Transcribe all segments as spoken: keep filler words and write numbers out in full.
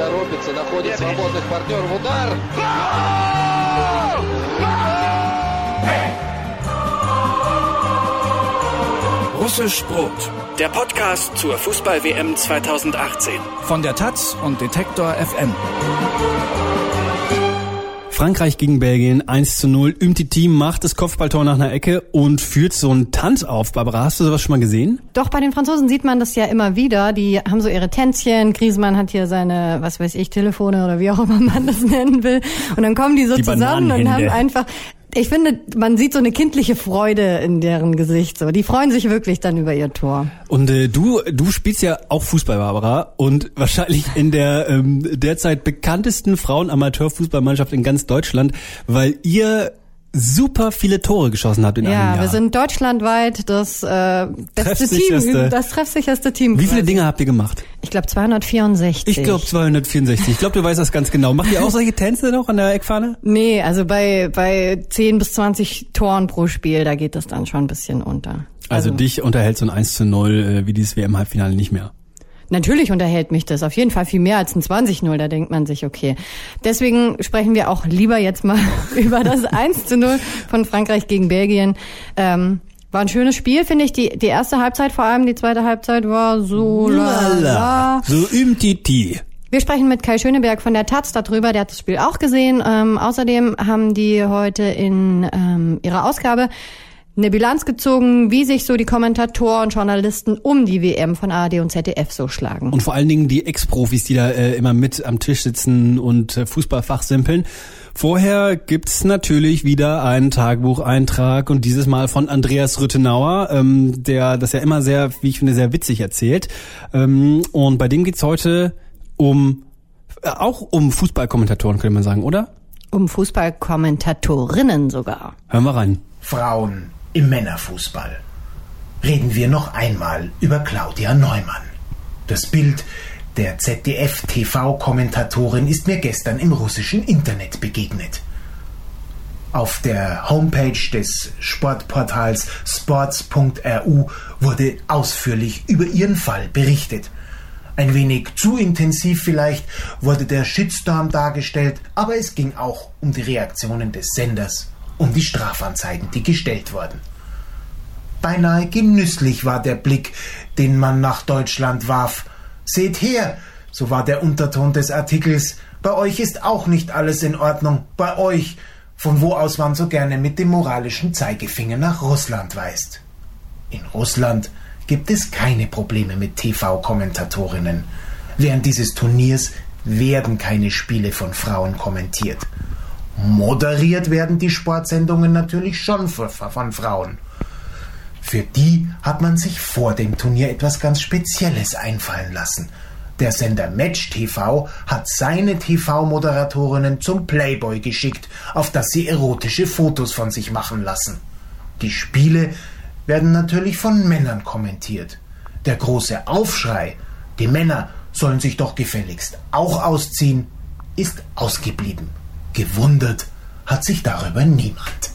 торопится, находит свободных партнеров. Удар! Russisch Brot, der Podcast zur Fußball-W M zweitausendachtzehn. Von der Taz und Detektor F M. Frankreich gegen Belgien, eins zu null. Umtiti macht das Kopfballtor nach einer Ecke und führt so einen Tanz auf. Barbara, hast du sowas schon mal gesehen? Doch, bei den Franzosen sieht man das ja immer wieder. Die haben so ihre Tänzchen. Griezmann hat hier seine, was weiß ich, Telefone oder wie auch immer man das nennen will. Und dann kommen die so die zusammen und haben einfach... Ich finde, man sieht so eine kindliche Freude in deren Gesicht. So, die freuen sich wirklich dann über ihr Tor. Und äh, du, du spielst ja auch Fußball, Barbara, und wahrscheinlich in der ähm, derzeit bekanntesten Frauen-Amateur-Fußballmannschaft in ganz Deutschland, weil ihr super viele Tore geschossen habt in ja, einem Jahr. Ja, wir sind deutschlandweit das äh, beste Team, das treffsicherste Team. Wie viele Dinge habt ihr gemacht? Ich glaube zweihundertvierundsechzig. Ich glaube zweihundertvierundsechzig. Ich glaube, du weißt das ganz genau. Macht ihr auch solche Tänze noch an der Eckfahne? Nee, also bei bei zehn bis zwanzig Toren pro Spiel, da geht das dann schon ein bisschen unter. Also, also dich unterhält so ein eins zu null äh, wie dieses W M-Halbfinale nicht mehr? Natürlich unterhält mich das, auf jeden Fall viel mehr als ein zwanzig null, da denkt man sich, okay. Deswegen sprechen wir auch lieber jetzt mal über das eins zu null von Frankreich gegen Belgien. Ähm, war ein schönes Spiel, finde ich. Die, die erste Halbzeit vor allem, die zweite Halbzeit war so lala. So Umtiti. Wir sprechen mit Kai Schöneberg von der Taz darüber, der hat das Spiel auch gesehen. Ähm, außerdem haben die heute in ähm, ihrer Ausgabe eine Bilanz gezogen, wie sich so die Kommentatoren und Journalisten um die W M von A R D und Z D F so schlagen. Und vor allen Dingen die Ex-Profis, die da äh, immer mit am Tisch sitzen und äh, Fußballfach simpeln. Vorher gibt's natürlich wieder einen Tagebucheintrag und dieses Mal von Andreas Rüttenauer, ähm, der das ja immer sehr, wie ich finde, sehr witzig erzählt. Ähm, und bei dem geht's heute um, äh, auch um Fußballkommentatoren, könnte man sagen, oder? Um Fußballkommentatorinnen sogar. Hören wir rein. Frauen im Männerfußball. Reden wir noch einmal über Claudia Neumann. Das Bild der Z D F-T V-Kommentatorin ist mir gestern im russischen Internet begegnet. Auf der Homepage des Sportportals sports punkt r u wurde ausführlich über ihren Fall berichtet. Ein wenig zu intensiv vielleicht wurde der Shitstorm dargestellt, aber es ging auch um die Reaktionen des Senders, um die Strafanzeigen, die gestellt wurden. Beinahe genüsslich war der Blick, den man nach Deutschland warf. Seht her, so war der Unterton des Artikels, bei euch ist auch nicht alles in Ordnung, bei euch, von wo aus man so gerne mit dem moralischen Zeigefinger nach Russland weist. In Russland gibt es keine Probleme mit T V-Kommentatorinnen. Während dieses Turniers werden keine Spiele von Frauen kommentiert. Moderiert werden die Sportsendungen natürlich schon von Frauen. Für die hat man sich vor dem Turnier etwas ganz Spezielles einfallen lassen. Der Sender Match T V hat seine T V-Moderatorinnen zum Playboy geschickt, auf das sie erotische Fotos von sich machen lassen. Die Spiele werden natürlich von Männern kommentiert. Der große Aufschrei, die Männer sollen sich doch gefälligst auch ausziehen, ist ausgeblieben. Gewundert hat sich darüber niemand.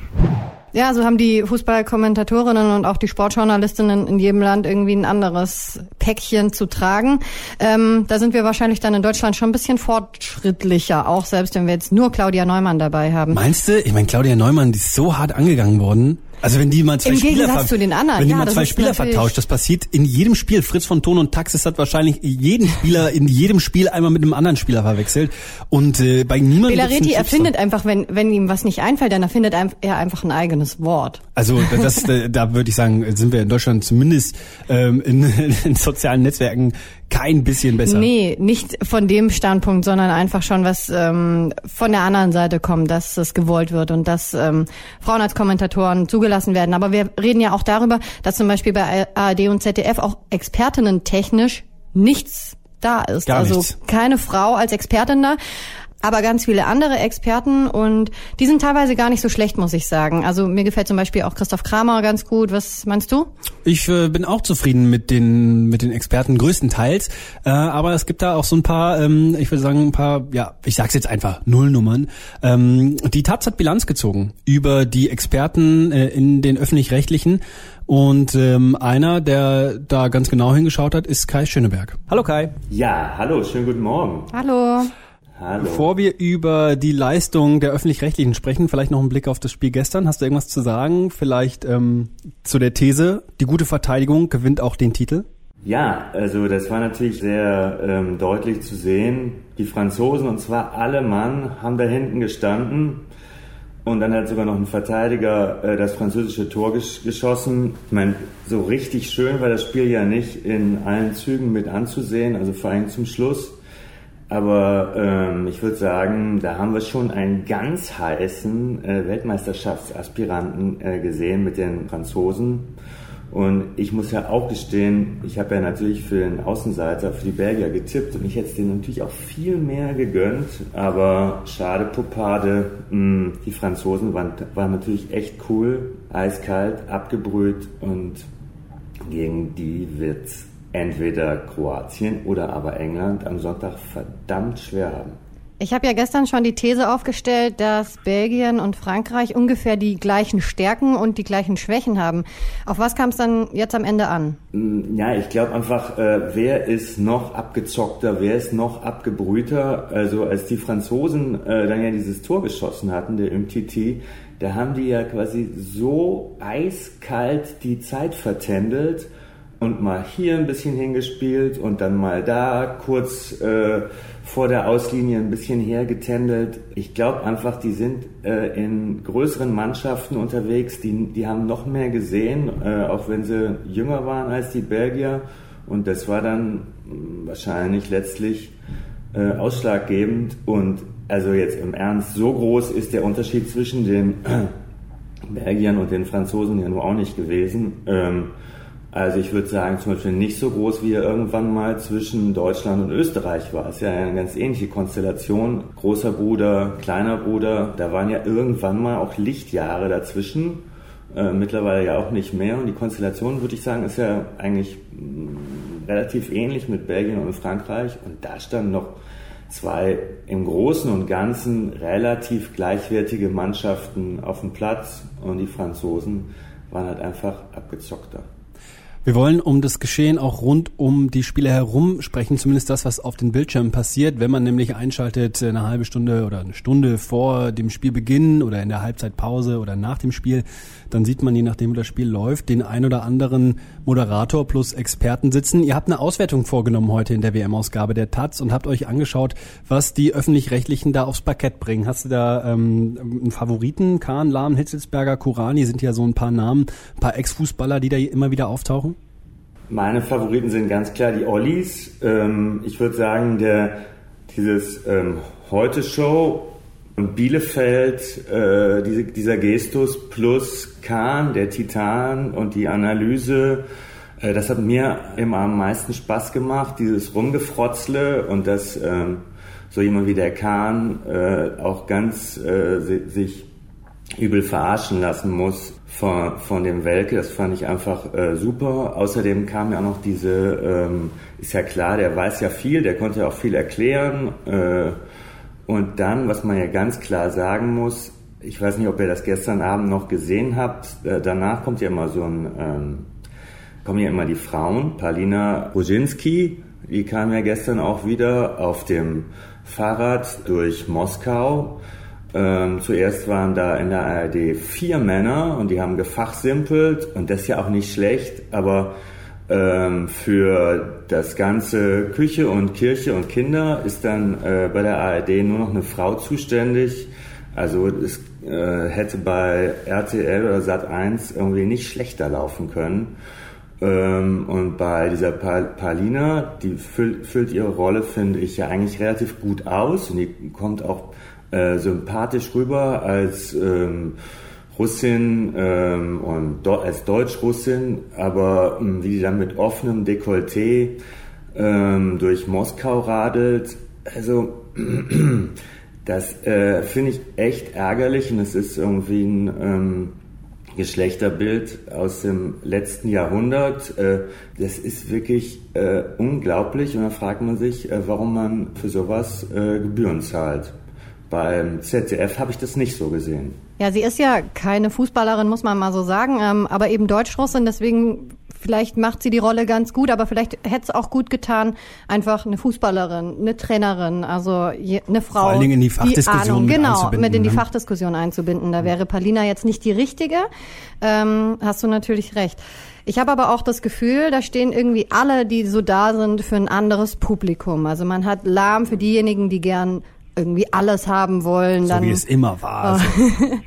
Ja, so haben die Fußballkommentatorinnen und auch die Sportjournalistinnen in jedem Land irgendwie ein anderes Päckchen zu tragen. Ähm, da sind wir wahrscheinlich dann in Deutschland schon ein bisschen fortschrittlicher, auch selbst wenn wir jetzt nur Claudia Neumann dabei haben. Meinst du? Ich meine, Claudia Neumann, die ist so hart angegangen worden. Also wenn die mal zwei Im Spieler, Gegensatz zu den anderen. wenn die ja, mal zwei Spieler vertauscht, das passiert in jedem Spiel. Fritz von Thon und Taxis hat wahrscheinlich jeden Spieler in jedem Spiel einmal mit einem anderen Spieler verwechselt. Und äh, bei niemandem. Bellaretti erfindet einfach, wenn wenn ihm was nicht einfällt, dann erfindet er einfach ein eigenes Wort. Also das, da, da würde ich sagen, sind wir in Deutschland zumindest ähm, in, in sozialen Netzwerken kein bisschen besser. Nee, nicht von dem Standpunkt, sondern einfach schon was ähm, von der anderen Seite kommt, dass es gewollt wird und dass ähm, Frauen als Kommentatoren zugelassen werden. Aber wir reden ja auch darüber, dass zum Beispiel bei A R D und Z D F auch Expertinnen technisch nichts da ist. Gar also nichts. keine Frau als Expertin da. aber ganz viele andere Experten und die sind teilweise gar nicht so schlecht, muss ich sagen. Also mir gefällt zum Beispiel auch Christoph Kramer ganz gut. Was meinst du? Ich äh, bin auch zufrieden mit den mit den Experten größtenteils, äh, aber es gibt da auch so ein paar, ähm, ich würde sagen ein paar, ja, ich sag's jetzt einfach, Nullnummern. Ähm, die Taz hat Bilanz gezogen über die Experten äh, in den Öffentlich-Rechtlichen und ähm, einer, der da ganz genau hingeschaut hat, ist Kai Schöneberg. Hallo Kai. Ja, hallo, schönen guten Morgen. Hallo. Hallo. Bevor wir über die Leistung der Öffentlich-Rechtlichen sprechen, vielleicht noch einen Blick auf das Spiel gestern. Hast du irgendwas zu sagen? Vielleicht ähm, zu der These, die gute Verteidigung gewinnt auch den Titel? Ja, also das war natürlich sehr ähm, deutlich zu sehen. Die Franzosen, und zwar alle Mann, haben da hinten gestanden. Und dann hat sogar noch ein Verteidiger äh, das französische Tor gesch- geschossen. Ich meine, so richtig schön war das Spiel ja nicht in allen Zügen mit anzusehen, also vor allem zum Schluss. Aber ähm, ich würde sagen, da haben wir schon einen ganz heißen äh, Weltmeisterschaftsaspiranten äh, gesehen mit den Franzosen. Und ich muss ja auch gestehen, ich habe ja natürlich für den Außenseiter, für die Belgier getippt und ich hätte es denen natürlich auch viel mehr gegönnt. Aber schade, Poppade, mh, die Franzosen waren, waren natürlich echt cool, eiskalt, abgebrüht und gegen die wird's entweder Kroatien oder aber England am Sonntag verdammt schwer haben. Ich habe ja gestern schon die These aufgestellt, dass Belgien und Frankreich ungefähr die gleichen Stärken und die gleichen Schwächen haben. Auf was kam es dann jetzt am Ende an? Ja, ich glaube einfach, äh, wer ist noch abgezockter, wer ist noch abgebrühter? Also als die Franzosen äh, dann ja dieses Tor geschossen hatten, der Umtiti, da haben die ja quasi so eiskalt die Zeit vertändelt und mal hier ein bisschen hingespielt und dann mal da kurz äh, vor der Auslinie ein bisschen hergetändelt. Ich glaube einfach, die sind äh, in größeren Mannschaften unterwegs, die, die haben noch mehr gesehen, äh, auch wenn sie jünger waren als die Belgier. Und das war dann wahrscheinlich letztlich äh, ausschlaggebend. Und also jetzt im Ernst, so groß ist der Unterschied zwischen den äh, Belgiern und den Franzosen ja nur auch nicht gewesen. Ähm, Also ich würde sagen, zum Beispiel nicht so groß, wie er irgendwann mal zwischen Deutschland und Österreich war. Es ist ja eine ganz ähnliche Konstellation. Großer Bruder, kleiner Bruder, da waren ja irgendwann mal auch Lichtjahre dazwischen. Äh, mittlerweile ja auch nicht mehr. Und die Konstellation, würde ich sagen, ist ja eigentlich mh, relativ ähnlich mit Belgien und Frankreich. Und da standen noch zwei im Großen und Ganzen relativ gleichwertige Mannschaften auf dem Platz. Und die Franzosen waren halt einfach abgezockter. Wir wollen um das Geschehen auch rund um die Spiele herum sprechen, zumindest das, was auf den Bildschirmen passiert. Wenn man nämlich einschaltet eine halbe Stunde oder eine Stunde vor dem Spielbeginn oder in der Halbzeitpause oder nach dem Spiel, dann sieht man, je nachdem wie das Spiel läuft, den ein oder anderen Moderator plus Experten sitzen. Ihr habt eine Auswertung vorgenommen heute in der W M-Ausgabe der Taz und habt euch angeschaut, was die Öffentlich-Rechtlichen da aufs Parkett bringen. Hast du da ähm, einen Favoriten? Kahn, Lahm, Hitzelsberger, Kurani sind ja so ein paar Namen, ein paar Ex-Fußballer, die da immer wieder auftauchen? Meine Favoriten sind ganz klar die Ollis. Ähm, ich würde sagen, der dieses ähm, Heute-Show und Bielefeld, äh, diese, dieser Gestus plus Kahn, der Titan und die Analyse, äh, das hat mir immer am meisten Spaß gemacht, dieses Rumgefrotzle und dass ähm, so jemand wie der Kahn äh, auch ganz äh, sich übel verarschen lassen muss von, von dem Welke. Das fand ich einfach äh, super. Außerdem kam ja auch noch diese, ähm, ist ja klar, der weiß ja viel, der konnte ja auch viel erklären. Äh, und dann, was man ja ganz klar sagen muss, ich weiß nicht, ob ihr das gestern Abend noch gesehen habt, äh, danach kommt ja immer so ein, ähm, kommen ja immer die Frauen, Paulina Roginski, die kam ja gestern auch wieder auf dem Fahrrad durch Moskau. Ähm, zuerst waren da in der A R D vier Männer und die haben gefachsimpelt und das ist ja auch nicht schlecht, aber ähm, für das ganze Küche und Kirche und Kinder ist dann äh, bei der A R D nur noch eine Frau zuständig. Also es äh, hätte bei R T L oder Sat eins irgendwie nicht schlechter laufen können. Ähm, und bei dieser Paulina, die füllt, füllt ihre Rolle, finde ich, ja eigentlich relativ gut aus und die kommt auch Äh, sympathisch rüber als ähm, Russin ähm, und do- als Deutsch-Russin, aber ähm, wie die dann mit offenem Dekolleté ähm, durch Moskau radelt, also Das äh, finde ich echt ärgerlich und es ist irgendwie ein ähm, Geschlechterbild aus dem letzten Jahrhundert. Äh, das ist wirklich äh, unglaublich und da fragt man sich, äh, warum man für sowas äh, Gebühren zahlt. Beim Z D F habe ich das nicht so gesehen. Ja, sie ist ja keine Fußballerin, muss man mal so sagen, ähm, aber eben Deutschrussin, deswegen vielleicht macht sie die Rolle ganz gut, aber vielleicht hätte es auch gut getan, einfach eine Fußballerin, eine Trainerin, also je, eine Frau, vor allen Dingen in die Fachdiskussion die Ahnung, mit genau, einzubinden, mit in die ne? Fachdiskussion einzubinden. Da wäre Palina jetzt nicht die richtige, ähm, hast du natürlich recht. Ich habe aber auch das Gefühl, da stehen irgendwie alle, die so da sind, für ein anderes Publikum. Also man hat Lahm für diejenigen, die gern irgendwie alles haben wollen. So dann, wie es immer war. Also.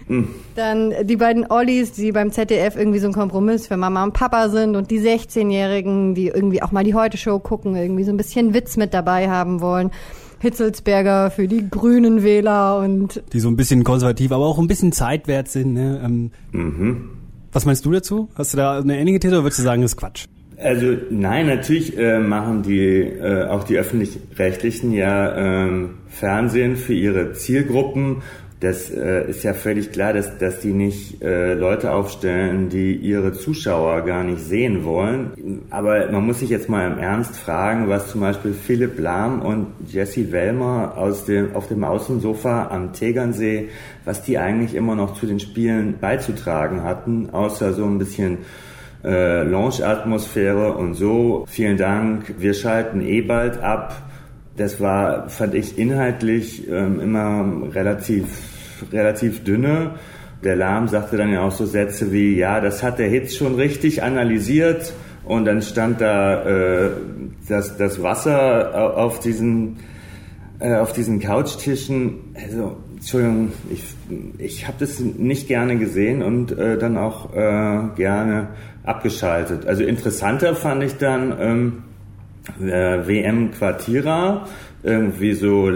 Dann die beiden Ollis, die beim Z D F irgendwie so ein Kompromiss für Mama und Papa sind und die sechzehnjährigen, die irgendwie auch mal die Heute-Show gucken, irgendwie so ein bisschen Witz mit dabei haben wollen. Hitzelsberger für die grünen Wähler und... Die so ein bisschen konservativ, aber auch ein bisschen zeitwert sind. Ne? Ähm, Mhm. Was meinst du dazu? Hast du da eine ähnliche These oder würdest du sagen, das ist Quatsch? Also nein, natürlich äh, machen die äh, auch die öffentlich-rechtlichen ja ähm, Fernsehen für ihre Zielgruppen. Das äh, ist ja völlig klar, dass dass die nicht äh, Leute aufstellen, die ihre Zuschauer gar nicht sehen wollen. Aber man muss sich jetzt mal im Ernst fragen, was zum Beispiel Philipp Lahm und Jessie Wellmer aus dem auf dem Außensofa am Tegernsee, was die eigentlich immer noch zu den Spielen beizutragen hatten, außer so ein bisschen Äh, Lounge-Atmosphäre und so. Vielen Dank, wir schalten eh bald ab. Das war, fand ich, inhaltlich ähm, immer relativ, relativ dünne. Der Lahm sagte dann ja auch so Sätze wie, ja, das hat der Hitz schon richtig analysiert und dann stand da äh, das, das Wasser auf diesen, äh, auf diesen Couchtischen. Also, Entschuldigung, ich, ich habe das nicht gerne gesehen und äh, dann auch äh, gerne abgeschaltet. Also interessanter fand ich dann ähm, äh, W M Quartira, irgendwie so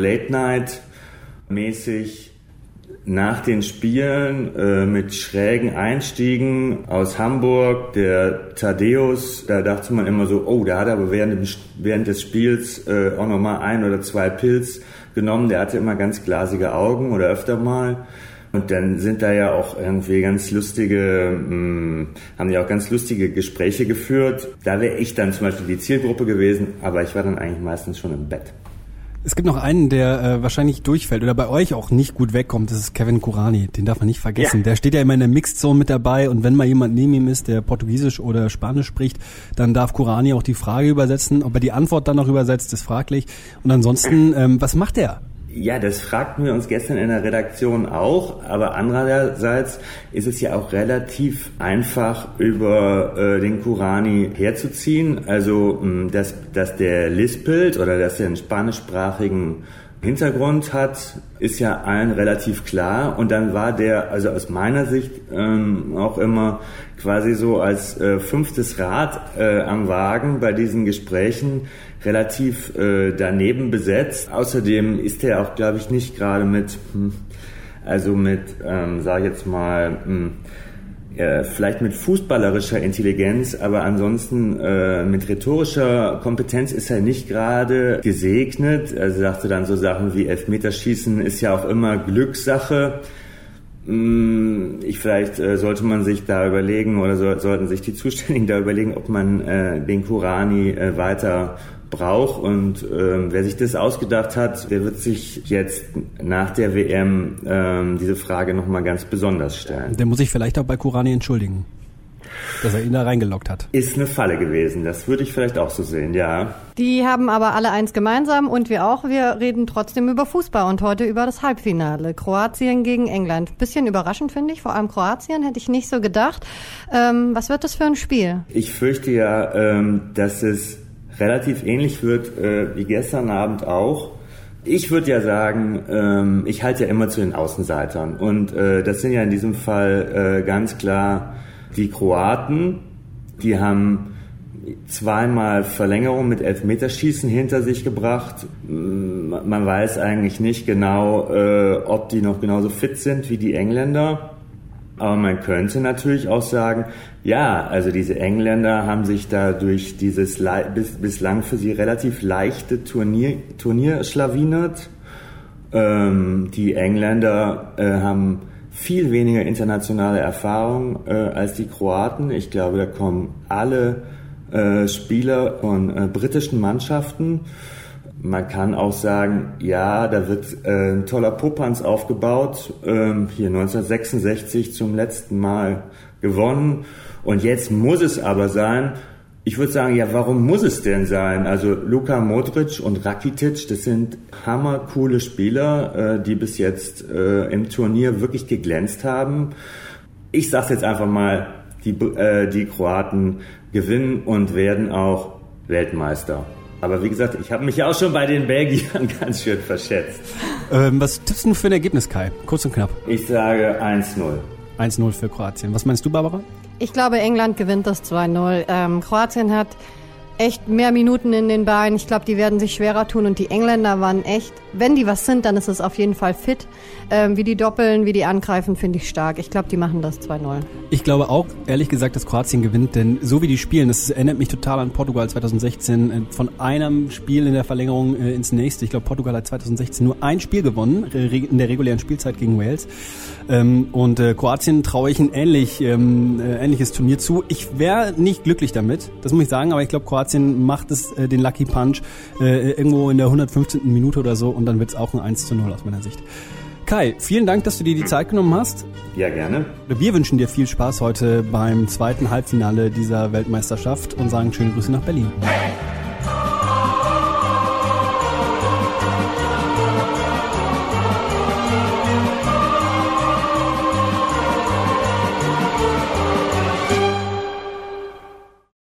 Late-Night-mäßig nach den Spielen äh, mit schrägen Einstiegen aus Hamburg. Der Thaddeus, da dachte man immer so, oh, da hat er aber während, dem, während des Spiels äh, auch nochmal ein oder zwei Pilz genommen. Der hatte immer ganz glasige Augen oder öfter mal. Und dann sind da ja auch irgendwie ganz lustige, mh, haben die auch ganz lustige Gespräche geführt. Da wäre ich dann zum Beispiel die Zielgruppe gewesen, aber ich war dann eigentlich meistens schon im Bett. Es gibt noch einen, der äh, wahrscheinlich durchfällt oder bei euch auch nicht gut wegkommt. Das ist Kevin Kurani. Den darf man nicht vergessen. Ja. Der steht ja immer in der Mixed Zone mit dabei und wenn mal jemand neben ihm ist, der Portugiesisch oder Spanisch spricht, dann darf Kurani auch die Frage übersetzen. Ob er die Antwort dann noch übersetzt, ist fraglich. Und ansonsten, ähm, was macht er? Ja, das fragten wir uns gestern in der Redaktion auch, aber andererseits ist es ja auch relativ einfach, über äh, den Kurani herzuziehen. Also, mh, dass, dass der lispelt oder dass er einen spanischsprachigen Hintergrund hat, ist ja allen relativ klar. Und dann war der, also aus meiner Sicht, ähm, auch immer quasi so als äh, fünftes Rad äh, am Wagen bei diesen Gesprächen relativ äh, daneben besetzt. Außerdem ist er auch, glaube ich, nicht gerade mit, hm, also mit, ähm, sag ich jetzt mal, hm, ja, vielleicht mit fußballerischer Intelligenz, aber ansonsten äh, mit rhetorischer Kompetenz ist er nicht gerade gesegnet. Er sagte dann so Sachen wie Elfmeterschießen ist ja auch immer Glückssache. Ich vielleicht äh, sollte man sich da überlegen oder so, sollten sich die Zuständigen da überlegen, ob man äh, den Kurani äh, weiter braucht und äh, wer sich das ausgedacht hat, der wird sich jetzt nach der W M äh, diese Frage nochmal ganz besonders stellen. Der muss sich vielleicht auch bei Kurani entschuldigen, dass er ihn da reingelockt hat. Ist eine Falle gewesen, das würde ich vielleicht auch so sehen, ja. Die haben aber alle eins gemeinsam und wir auch. Wir reden trotzdem über Fußball und heute über das Halbfinale. Kroatien gegen England. Bisschen überraschend, finde ich. Vor allem Kroatien hätte ich nicht so gedacht. Ähm, was wird das für ein Spiel? Ich fürchte ja, ähm, dass es relativ ähnlich wird äh, wie gestern Abend auch. Ich würde ja sagen, ähm, ich halte ja immer zu den Außenseitern. Und äh, das sind ja in diesem Fall äh, ganz klar die Kroaten. Die haben zweimal Verlängerung mit Elfmeterschießen hinter sich gebracht. Man weiß eigentlich nicht genau, äh, ob die noch genauso fit sind wie die Engländer. Aber man könnte natürlich auch sagen, ja, also diese Engländer haben sich da durch dieses le- bis, bislang für sie relativ leichte Turnier, Turnier schlawinert. Ähm, die Engländer äh, haben viel weniger internationale Erfahrung äh, als die Kroaten. Ich glaube, da kommen alle äh, Spieler von äh, britischen Mannschaften. Man kann auch sagen, ja, da wird äh, ein toller Popanz aufgebaut, ähm, hier neunzehnhundertsechsundsechzig zum letzten Mal gewonnen. Und jetzt muss es aber sein, ich würde sagen, ja, warum muss es denn sein? Also Luka Modric und Rakitic, das sind hammercoole Spieler, äh, die bis jetzt äh, im Turnier wirklich geglänzt haben. Ich sag's jetzt einfach mal, die, äh, die Kroaten gewinnen und werden auch Weltmeister. Aber wie gesagt, ich habe mich ja auch schon bei den Belgiern ganz schön verschätzt. Ähm, was tippst du für ein Ergebnis, Kai? Kurz und knapp. Ich sage eins null. eins null für Kroatien. Was meinst du, Barbara? Ich glaube, England gewinnt das zwei null. Ähm, Kroatien hat echt mehr Minuten in den Beinen. Ich glaube, die werden sich schwerer tun. Und die Engländer waren echt, wenn die was sind, dann ist es auf jeden Fall fit. Ähm, wie die doppeln, wie die angreifen, finde ich stark. Ich glaube, die machen das zwei null. Ich glaube auch, ehrlich gesagt, dass Kroatien gewinnt. Denn so wie die spielen, das erinnert mich total an Portugal zweitausendsechzehn. Von einem Spiel in der Verlängerung äh, ins nächste. Ich glaube, Portugal hat zweitausendsechzehn nur ein Spiel gewonnen, in der regulären Spielzeit gegen Wales. Ähm, und äh, Kroatien traue ich ein ähnlich, ähm, äh, ähnliches Turnier zu. Ich wäre nicht glücklich damit, das muss ich sagen, aber ich glaube, Kroatien macht es, äh, den Lucky Punch äh, irgendwo in der hundertfünfzehnten Minute oder so und dann wird es auch ein eins zu null aus meiner Sicht. Kai, vielen Dank, dass du dir die Zeit genommen hast. Ja, gerne. Wir wünschen dir viel Spaß heute beim zweiten Halbfinale dieser Weltmeisterschaft und sagen schöne Grüße nach Berlin. Hey!